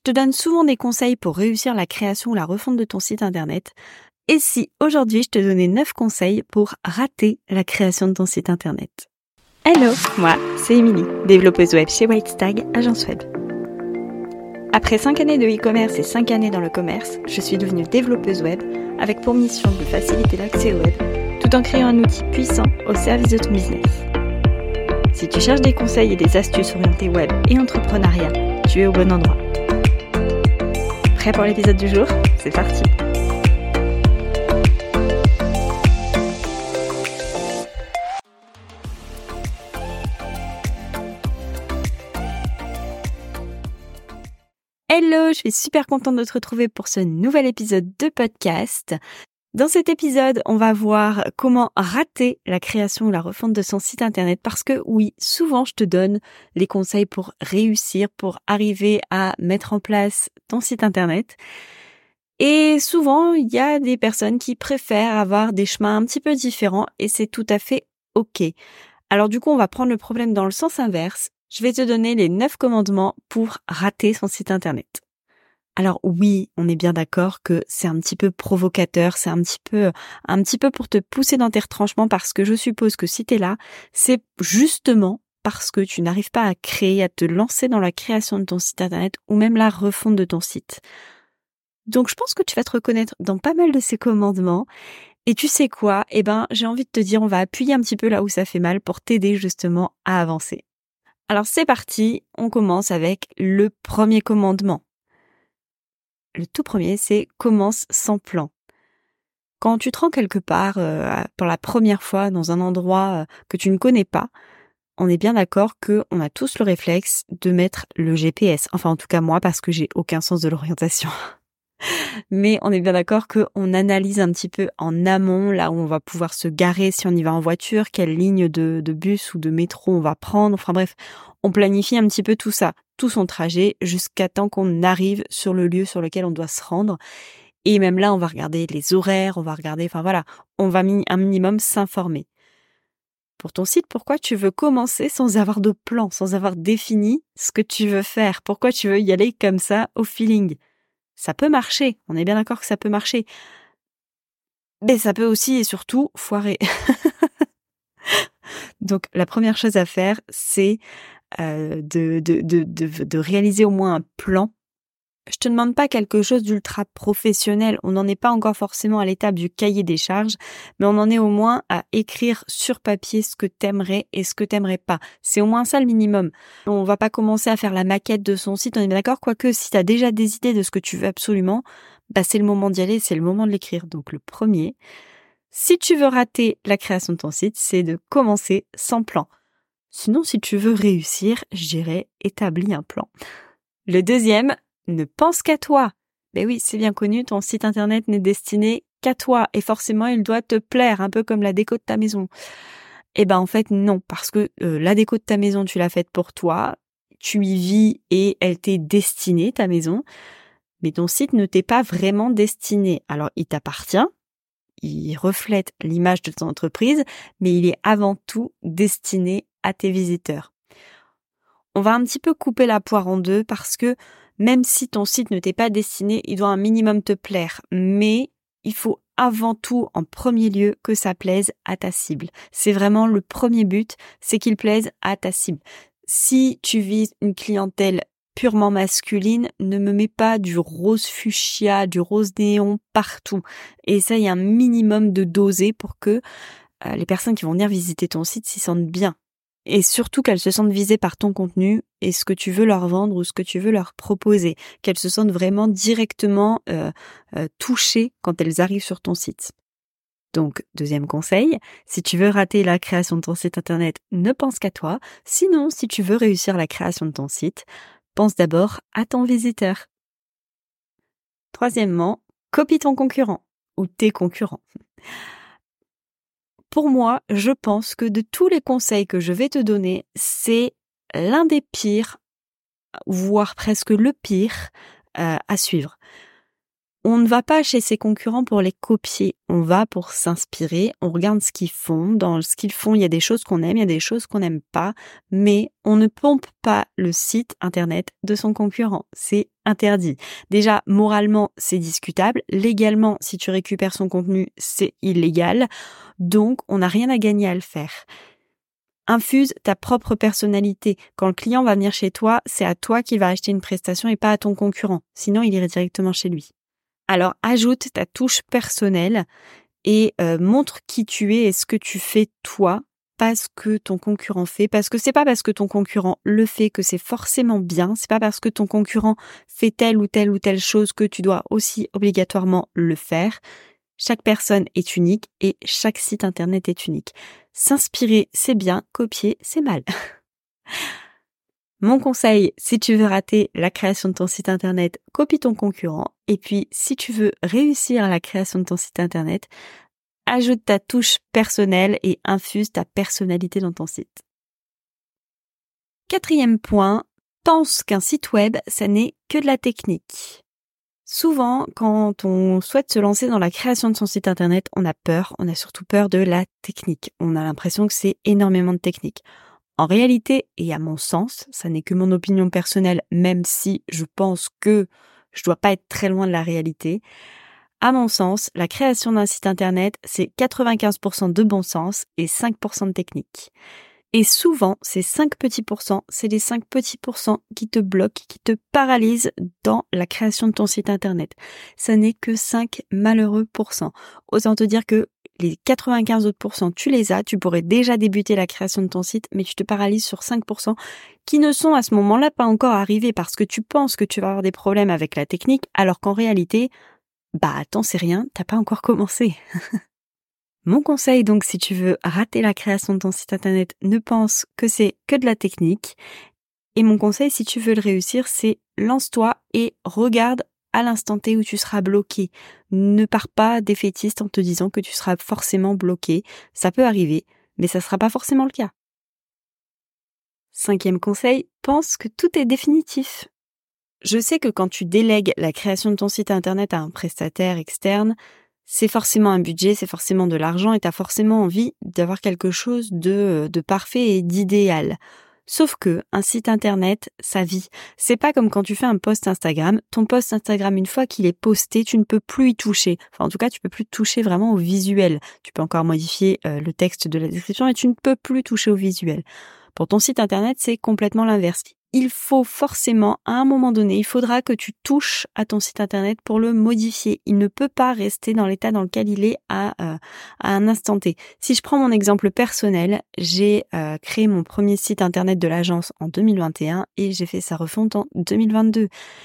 te donne souvent des conseils pour réussir la création ou la refonte de ton site internet. Et si aujourd'hui je te donnais 9 conseils pour rater la création de ton site internet? Hello, moi c'est Émilie, développeuse web chez Whitestag, agence web. Après 5 années de e-commerce et 5 années dans le commerce, je suis devenue développeuse web avec pour mission de faciliter l'accès au web tout en créant un outil puissant au service de ton business. Si tu cherches des conseils et des astuces orientées web et entrepreneuriat, tu es au bon endroit. Prêt pour l'épisode du jour? C'est parti! Hello, je suis super contente de te retrouver pour ce nouvel épisode de podcast. Dans cet épisode, on va voir comment rater la création ou la refonte de son site internet parce que oui, souvent je te donne les conseils pour réussir, pour arriver à mettre en place ton site internet. Et souvent, il y a des personnes qui préfèrent avoir des chemins un petit peu différents et c'est tout à fait OK. Alors du coup, on va prendre le problème dans le sens inverse. Je vais te donner les 9 commandements pour rater son site internet. Alors oui, on est bien d'accord que c'est un petit peu provocateur, c'est un petit peu pour te pousser dans tes retranchements parce que je suppose que si t'es là, c'est justement parce que tu n'arrives pas à créer, à te lancer dans la création de ton site internet ou même la refonte de ton site. Donc je pense que tu vas te reconnaître dans pas mal de ces commandements. Et tu sais quoi? J'ai envie de te dire, on va appuyer un petit peu là où ça fait mal pour t'aider justement à avancer. Alors c'est parti, on commence avec le premier commandement. Le tout premier, c'est commence sans plan. Quand tu te rends quelque part pour la première fois dans un endroit que tu ne connais pas, on est bien d'accord qu'on a tous le réflexe de mettre le GPS. Enfin en tout cas moi parce que j'ai aucun sens de l'orientation. Mais on est bien d'accord qu'on analyse un petit peu en amont, là où on va pouvoir se garer si on y va en voiture, quelle ligne de bus ou de métro on va prendre. Enfin bref, on planifie un petit peu tout ça, tout son trajet, jusqu'à temps qu'on arrive sur le lieu sur lequel on doit se rendre. Et même là, on va regarder les horaires, on va regarder, enfin voilà, on va un minimum s'informer. Pour ton site, pourquoi tu veux commencer sans avoir de plan, sans avoir défini ce que tu veux faire? Pourquoi tu veux y aller comme ça, au feeling? Ça peut marcher, on est bien d'accord que ça peut marcher. Mais ça peut aussi et surtout foirer. Donc la première chose à faire, c'est de réaliser au moins un plan. Je te demande pas quelque chose d'ultra professionnel, on n'en est pas encore forcément à l'étape du cahier des charges, mais on en est au moins à écrire sur papier ce que t'aimerais et ce que t'aimerais pas. C'est au moins ça le minimum. On va pas commencer à faire la maquette de son site, on est bien d'accord, quoique si t'as déjà des idées de ce que tu veux absolument, c'est le moment d'y aller, c'est le moment de l'écrire. Donc le premier, si tu veux rater la création de ton site, c'est de commencer sans plan. Sinon, si tu veux réussir, je dirais établis un plan. Le deuxième, ne pense qu'à toi. Ben oui, c'est bien connu, ton site internet n'est destiné qu'à toi et forcément il doit te plaire, un peu comme la déco de ta maison. En fait non, parce que la déco de ta maison tu l'as faite pour toi, tu y vis et elle t'est destinée, ta maison, mais ton site ne t'est pas vraiment destiné. Alors il t'appartient, il reflète l'image de ton entreprise, mais il est avant tout destiné à tes visiteurs. On va un petit peu couper la poire en deux parce que même si ton site ne t'est pas destiné, il doit un minimum te plaire. Mais il faut avant tout, en premier lieu, que ça plaise à ta cible. C'est vraiment le premier but, c'est qu'il plaise à ta cible. Si tu vises une clientèle purement masculine, ne me mets pas du rose fuchsia, du rose néon partout. Essaye un minimum de doser pour que les personnes qui vont venir visiter ton site s'y sentent bien. Et surtout qu'elles se sentent visées par ton contenu et ce que tu veux leur vendre ou ce que tu veux leur proposer. Qu'elles se sentent vraiment directement touchées quand elles arrivent sur ton site. Donc, deuxième conseil, si tu veux rater la création de ton site internet, ne pense qu'à toi. Sinon, si tu veux réussir la création de ton site, pense d'abord à ton visiteur. Troisièmement, copie ton concurrent ou tes concurrents. Pour moi, je pense que de tous les conseils que je vais te donner, c'est l'un des pires, voire presque le pire, à suivre. On ne va pas chez ses concurrents pour les copier, on va pour s'inspirer, on regarde ce qu'ils font. Dans ce qu'ils font, il y a des choses qu'on aime, il y a des choses qu'on n'aime pas, mais on ne pompe pas le site internet de son concurrent, c'est interdit. Déjà, moralement, c'est discutable, légalement, si tu récupères son contenu, c'est illégal, donc on n'a rien à gagner à le faire. Infuse ta propre personnalité. Quand le client va venir chez toi, c'est à toi qu'il va acheter une prestation et pas à ton concurrent, sinon il irait directement chez lui. Alors, ajoute ta touche personnelle et montre qui tu es et ce que tu fais toi, pas ce que ton concurrent fait. Parce que c'est pas parce que ton concurrent le fait que c'est forcément bien. C'est pas parce que ton concurrent fait telle ou telle chose que tu dois aussi obligatoirement le faire. Chaque personne est unique et chaque site internet est unique. S'inspirer, c'est bien. Copier, c'est mal. Mon conseil, si tu veux rater la création de ton site internet, copie ton concurrent. Et puis, si tu veux réussir la création de ton site internet, ajoute ta touche personnelle et infuse ta personnalité dans ton site. 4e point, pense qu'un site web, ça n'est que de la technique. Souvent, quand on souhaite se lancer dans la création de son site internet, on a peur, on a surtout peur de la technique. On a l'impression que c'est énormément de technique. En réalité, et à mon sens, ça n'est que mon opinion personnelle, même si je pense que je dois pas être très loin de la réalité. À mon sens, la création d'un site internet, c'est 95% de bon sens et 5% de technique. Et souvent, ces 5 petits pourcents, c'est les 5 petits pourcents qui te bloquent, qui te paralysent dans la création de ton site internet. Ça n'est que 5 malheureux pourcents. Autant te dire que les 95 autres pourcents, tu les as, tu pourrais déjà débuter la création de ton site, mais tu te paralyses sur 5% qui ne sont à ce moment-là pas encore arrivés parce que tu penses que tu vas avoir des problèmes avec la technique, alors qu'en réalité, attends, c'est rien, t'as pas encore commencé. Mon conseil donc, si tu veux rater la création de ton site internet, ne pense que c'est que de la technique. Et mon conseil, si tu veux le réussir, c'est lance-toi et regarde à l'instant T où tu seras bloqué. Ne pars pas défaitiste en te disant que tu seras forcément bloqué. Ça peut arriver, mais ça sera pas forcément le cas. 5e conseil, pense que tout est définitif. Je sais que quand tu délègues la création de ton site internet à un prestataire externe, c'est forcément un budget, c'est forcément de l'argent et tu as forcément envie d'avoir quelque chose de parfait et d'idéal. Sauf que un site internet, ça vit. C'est pas comme quand tu fais un post Instagram. Ton post Instagram, une fois qu'il est posté, tu ne peux plus y toucher. Enfin, en tout cas, tu peux plus toucher vraiment au visuel. Tu peux encore modifier le texte de la description et tu ne peux plus toucher au visuel. Pour ton site internet, c'est complètement l'inverse. Il faut forcément, à un moment donné, il faudra que tu touches à ton site internet pour le modifier. Il ne peut pas rester dans l'état dans lequel il est à un instant T. Si je prends mon exemple personnel, j'ai créé mon premier site internet de l'agence en 2021 et j'ai fait sa refonte en 2022.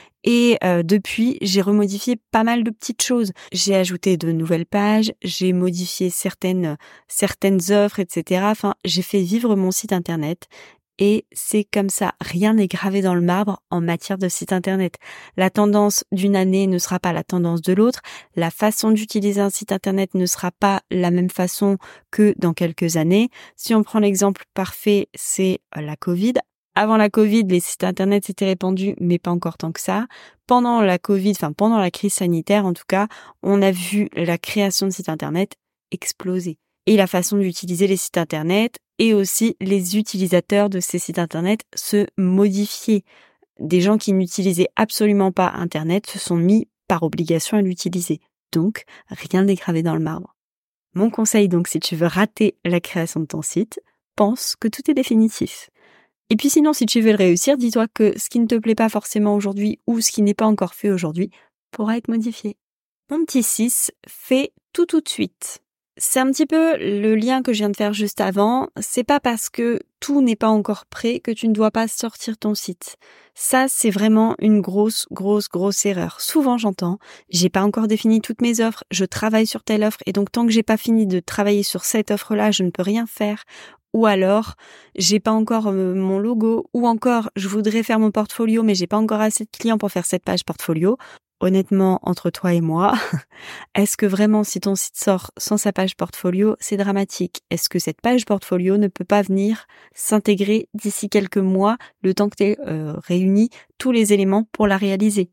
Et depuis, j'ai remodifié pas mal de petites choses. J'ai ajouté de nouvelles pages, j'ai modifié certaines offres, etc. Enfin, j'ai fait vivre mon site internet. Et c'est comme ça, rien n'est gravé dans le marbre en matière de site internet. La tendance d'une année ne sera pas la tendance de l'autre, la façon d'utiliser un site internet ne sera pas la même façon que dans quelques années. Si on prend l'exemple parfait, c'est la Covid. Avant la Covid, les sites internet s'étaient répandus, mais pas encore tant que ça. Pendant la Covid, pendant la crise sanitaire en tout cas, on a vu la création de sites internet exploser. Et la façon d'utiliser les sites internet et aussi les utilisateurs de ces sites internet se modifier. Des gens qui n'utilisaient absolument pas internet se sont mis par obligation à l'utiliser. Donc, rien n'est gravé dans le marbre. Mon conseil donc, si tu veux rater la création de ton site, pense que tout est définitif. Et puis sinon, si tu veux le réussir, dis-toi que ce qui ne te plaît pas forcément aujourd'hui ou ce qui n'est pas encore fait aujourd'hui pourra être modifié. Mon petit 6, fais tout de suite. C'est un petit peu le lien que je viens de faire juste avant. C'est pas parce que tout n'est pas encore prêt que tu ne dois pas sortir ton site. Ça, c'est vraiment une grosse erreur. Souvent, j'entends, j'ai pas encore défini toutes mes offres, je travaille sur telle offre et donc tant que j'ai pas fini de travailler sur cette offre-là, je ne peux rien faire. Ou alors, j'ai pas encore mon logo, ou encore, je voudrais faire mon portfolio, mais j'ai pas encore assez de clients pour faire cette page portfolio. Honnêtement, entre toi et moi, est-ce que vraiment si ton site sort sans sa page portfolio, c'est dramatique? Est-ce que cette page portfolio ne peut pas venir s'intégrer d'ici quelques mois, le temps que tu aies réuni tous les éléments pour la réaliser?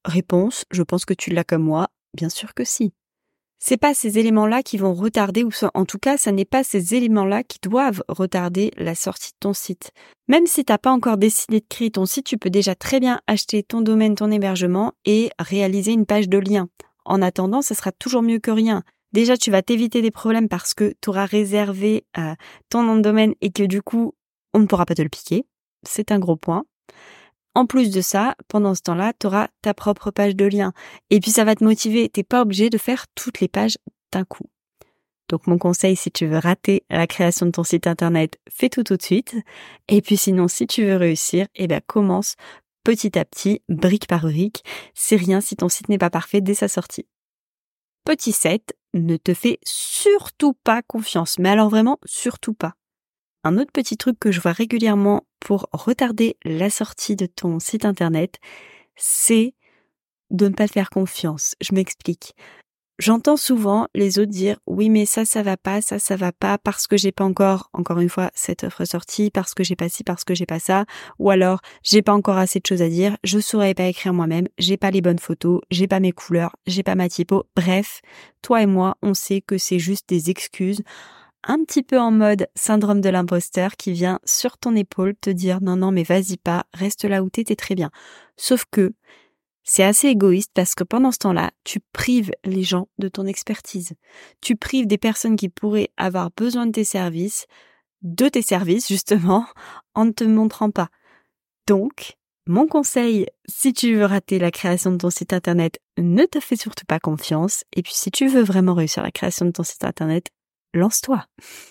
Réponse, je pense que tu l'as comme moi. Bien sûr que si. C'est pas ces éléments-là qui vont retarder, ou en tout cas, ça n'est pas ces éléments-là qui doivent retarder la sortie de ton site. Même si t'as pas encore décidé de créer ton site, tu peux déjà très bien acheter ton domaine, ton hébergement et réaliser une page de lien. En attendant, ce sera toujours mieux que rien. Déjà, tu vas t'éviter des problèmes parce que tu auras réservé ton nom de domaine et que du coup, on ne pourra pas te le piquer. C'est un gros point. En plus de ça, pendant ce temps-là, tu auras ta propre page de lien. Et puis ça va te motiver. T'es pas obligé de faire toutes les pages d'un coup. Donc mon conseil, si tu veux rater la création de ton site internet, fais tout de suite. Et puis sinon, si tu veux réussir, commence petit à petit, brique par brique. C'est rien si ton site n'est pas parfait dès sa sortie. Petit 7, ne te fais surtout pas confiance. Mais alors vraiment, surtout pas. Un autre petit truc que je vois régulièrement pour retarder la sortie de ton site internet, c'est de ne pas te faire confiance. Je m'explique. J'entends souvent les autres dire « Oui, mais ça va pas, ça va pas parce que j'ai pas encore une fois, cette offre sortie, parce que j'ai pas ci, parce que j'ai pas ça. » Ou alors « J'ai pas encore assez de choses à dire, je saurais pas écrire moi-même, j'ai pas les bonnes photos, j'ai pas mes couleurs, j'ai pas ma typo. » Bref, toi et moi, on sait que c'est juste des excuses. Un petit peu en mode syndrome de l'imposteur qui vient sur ton épaule te dire non mais vas-y pas, reste là où t'es très bien. Sauf que c'est assez égoïste parce que pendant ce temps-là, tu prives les gens de ton expertise. Tu prives des personnes qui pourraient avoir besoin de tes services justement, en ne te montrant pas. Donc, mon conseil, si tu veux rater la création de ton site internet, ne te fais surtout pas confiance. Et puis si tu veux vraiment réussir la création de ton site internet, lance-toi.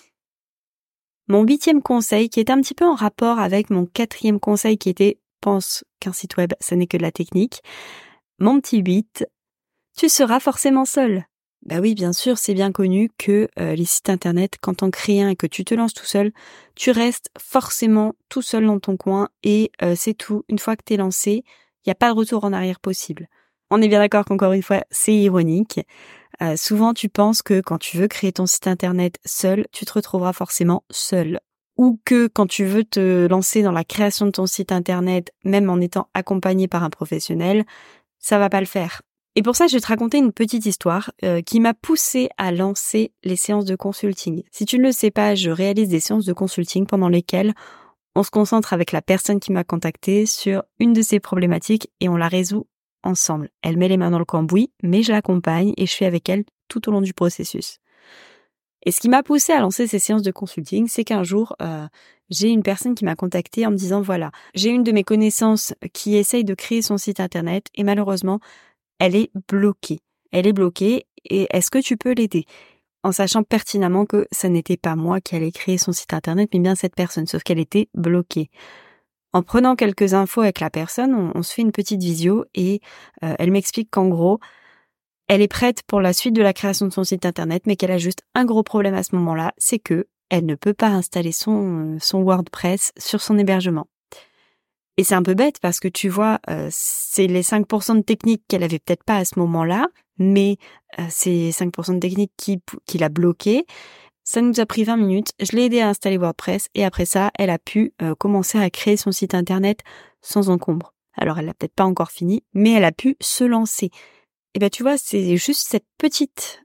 Mon 8e conseil, qui est un petit peu en rapport avec mon 4e conseil qui était « pense qu'un site web, ce n'est que de la technique ». Mon petit 8, tu seras forcément seul. Bah oui, bien sûr, c'est bien connu que les sites internet, quand t'en crées un et que tu te lances tout seul, tu restes forcément tout seul dans ton coin et c'est tout. Une fois que t'es lancé, il n'y a pas de retour en arrière possible. On est bien d'accord qu'encore une fois, c'est ironique. Souvent, tu penses que quand tu veux créer ton site internet seul, tu te retrouveras forcément seul. Ou que quand tu veux te lancer dans la création de ton site internet, même en étant accompagné par un professionnel, ça va pas le faire. Et pour ça, je vais te raconter une petite histoire qui m'a poussée à lancer les séances de consulting. Si tu ne le sais pas, je réalise des séances de consulting pendant lesquelles on se concentre avec la personne qui m'a contactée sur une de ses problématiques et on la résout ensemble. Elle met les mains dans le cambouis, mais je l'accompagne et je suis avec elle tout au long du processus. Et ce qui m'a poussée à lancer ces séances de consulting, c'est qu'un jour, j'ai une personne qui m'a contactée en me disant « Voilà, j'ai une de mes connaissances qui essaye de créer son site internet et malheureusement, elle est bloquée. Elle est bloquée et est-ce que tu peux l'aider ?» En sachant pertinemment que ça n'était pas moi qui allais créer son site internet, mais bien cette personne, sauf qu'elle était bloquée. En prenant quelques infos avec la personne, on se fait une petite visio et elle m'explique qu'en gros, elle est prête pour la suite de la création de son site internet, mais qu'elle a juste un gros problème à ce moment-là, c'est que elle ne peut pas installer son WordPress sur son hébergement. Et c'est un peu bête parce que tu vois, c'est les 5% de technique qu'elle avait peut-être pas à ce moment-là, mais c'est 5% de technique qui l'a bloquée. Ça nous a pris 20 minutes, je l'ai aidée à installer WordPress et après ça, elle a pu commencer à créer son site internet sans encombre. Alors elle l'a peut-être pas encore fini, mais elle a pu se lancer. Et ben tu vois, c'est juste cette petite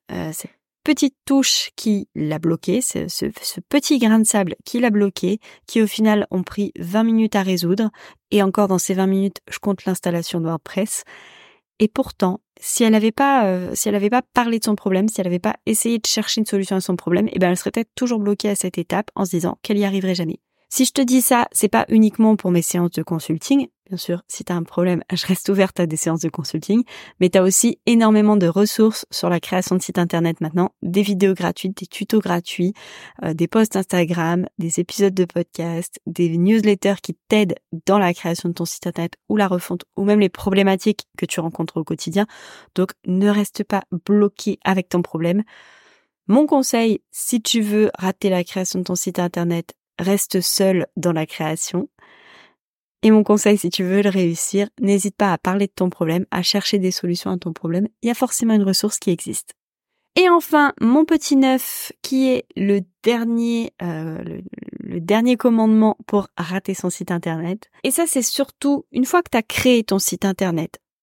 touche qui l'a bloqué, ce petit grain de sable qui l'a bloqué, qui au final ont pris 20 minutes à résoudre. Et encore dans ces 20 minutes, je compte l'installation de WordPress. Et pourtant, si elle avait pas parlé de son problème, si elle avait pas essayé de chercher une solution à son problème, elle serait peut-être toujours bloquée à cette étape en se disant qu'elle y arriverait jamais. Si je te dis ça, c'est pas uniquement pour mes séances de consulting. Bien sûr, si t'as un problème, je reste ouverte à des séances de consulting. Mais t'as aussi énormément de ressources sur la création de sites internet maintenant. Des vidéos gratuites, des tutos gratuits, des posts Instagram, des épisodes de podcast, des newsletters qui t'aident dans la création de ton site internet ou la refonte ou même les problématiques que tu rencontres au quotidien. Donc, ne reste pas bloqué avec ton problème. Mon conseil, si tu veux rater la création de ton site internet, reste seul dans la création. Et mon conseil, si tu veux le réussir, n'hésite pas à parler de ton problème, à chercher des solutions à ton problème. Il y a forcément une ressource qui existe. Et enfin, mon petit 9, qui est le dernier commandement pour rater son site internet. Et ça, c'est surtout une fois que tu as créé ton site internet,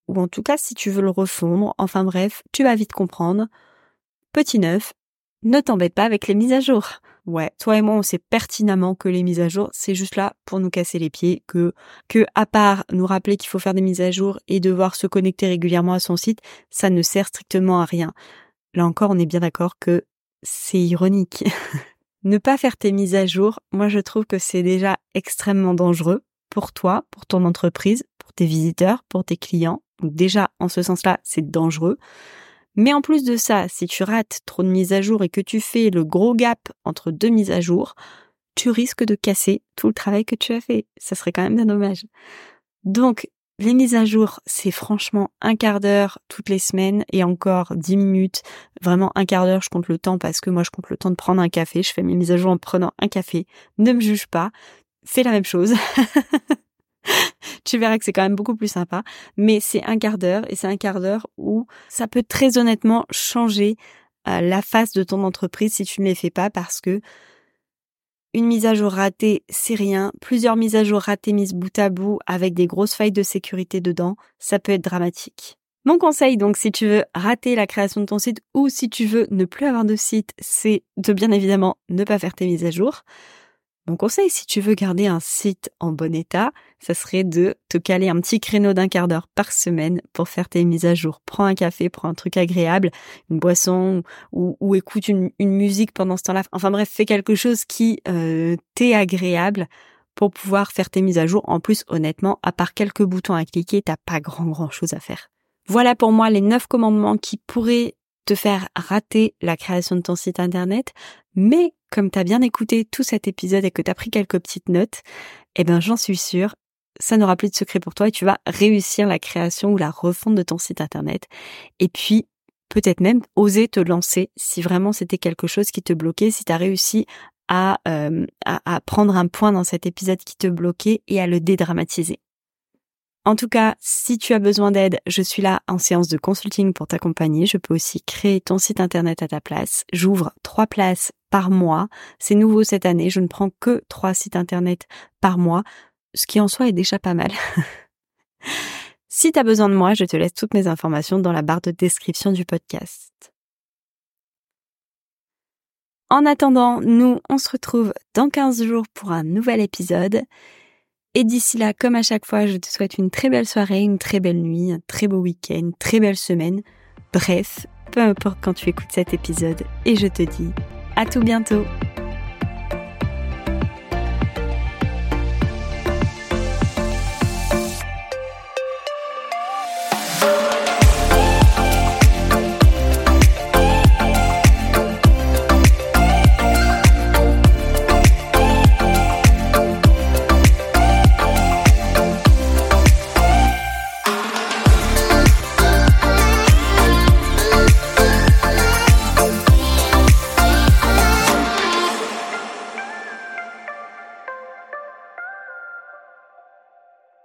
ou en tout cas si tu veux le refondre, enfin bref, tu vas vite comprendre. Petit neuf, ne t'embête pas avec les mises à jour. Ouais, toi et moi on sait pertinemment que les mises à jour, c'est juste là pour nous casser les pieds, que à part nous rappeler qu'il faut faire des mises à jour et devoir se connecter régulièrement à son site, ça ne sert strictement à rien. Là encore, on est bien d'accord que c'est ironique. Ne pas faire tes mises à jour, moi je trouve que c'est déjà extrêmement dangereux pour toi, pour ton entreprise, pour tes visiteurs, pour tes clients. Donc déjà, en ce sens-là, c'est dangereux. Mais en plus de ça, si tu rates trop de mises à jour et que tu fais le gros gap entre 2 mises à jour, tu risques de casser tout le travail que tu as fait. Ça serait quand même bien dommage. Donc, les mises à jour, c'est franchement un quart d'heure toutes les semaines et encore 10 minutes. Vraiment un quart d'heure, je compte le temps parce que moi je compte le temps de prendre un café. Je fais mes mises à jour en prenant un café. Ne me juge pas. Fais la même chose. Tu verras que c'est quand même beaucoup plus sympa. Mais c'est un quart d'heure et c'est un quart d'heure où ça peut très honnêtement changer la face de ton entreprise si tu ne les fais pas parce que une mise à jour ratée, c'est rien. Plusieurs mises à jour ratées mises bout à bout avec des grosses failles de sécurité dedans, ça peut être dramatique. Mon conseil donc, si tu veux rater la création de ton site ou si tu veux ne plus avoir de site, c'est de bien évidemment ne pas faire tes mises à jour. Mon conseil, si tu veux garder un site en bon état, ça serait de te caler un petit créneau d'un quart d'heure par semaine pour faire tes mises à jour. Prends un café, prends un truc agréable, une boisson ou écoute une musique pendant ce temps-là. Enfin bref, fais quelque chose qui t'est agréable pour pouvoir faire tes mises à jour. En plus, honnêtement, à part quelques boutons à cliquer, t'as pas grand chose à faire. Voilà pour moi les 9 commandements qui pourraient te faire rater la création de ton site internet. Mais comme tu as bien écouté tout cet épisode et que tu as pris quelques petites notes, eh ben j'en suis sûre, ça n'aura plus de secret pour toi et tu vas réussir la création ou la refonte de ton site internet. Et puis, peut-être même oser te lancer si vraiment c'était quelque chose qui te bloquait, si tu as réussi à prendre un point dans cet épisode qui te bloquait et à le dédramatiser. En tout cas, si tu as besoin d'aide, je suis là en séance de consulting pour t'accompagner. Je peux aussi créer ton site internet à ta place. J'ouvre 3 places par mois. C'est nouveau cette année. Je ne prends que 3 sites internet par mois, ce qui en soi est déjà pas mal. Si tu as besoin de moi, je te laisse toutes mes informations dans la barre de description du podcast. En attendant, nous, on se retrouve dans 15 jours pour un nouvel épisode. Et d'ici là, comme à chaque fois, je te souhaite une très belle soirée, une très belle nuit, un très beau week-end, une très belle semaine. Bref, peu importe quand tu écoutes cet épisode. Et je te dis à tout bientôt.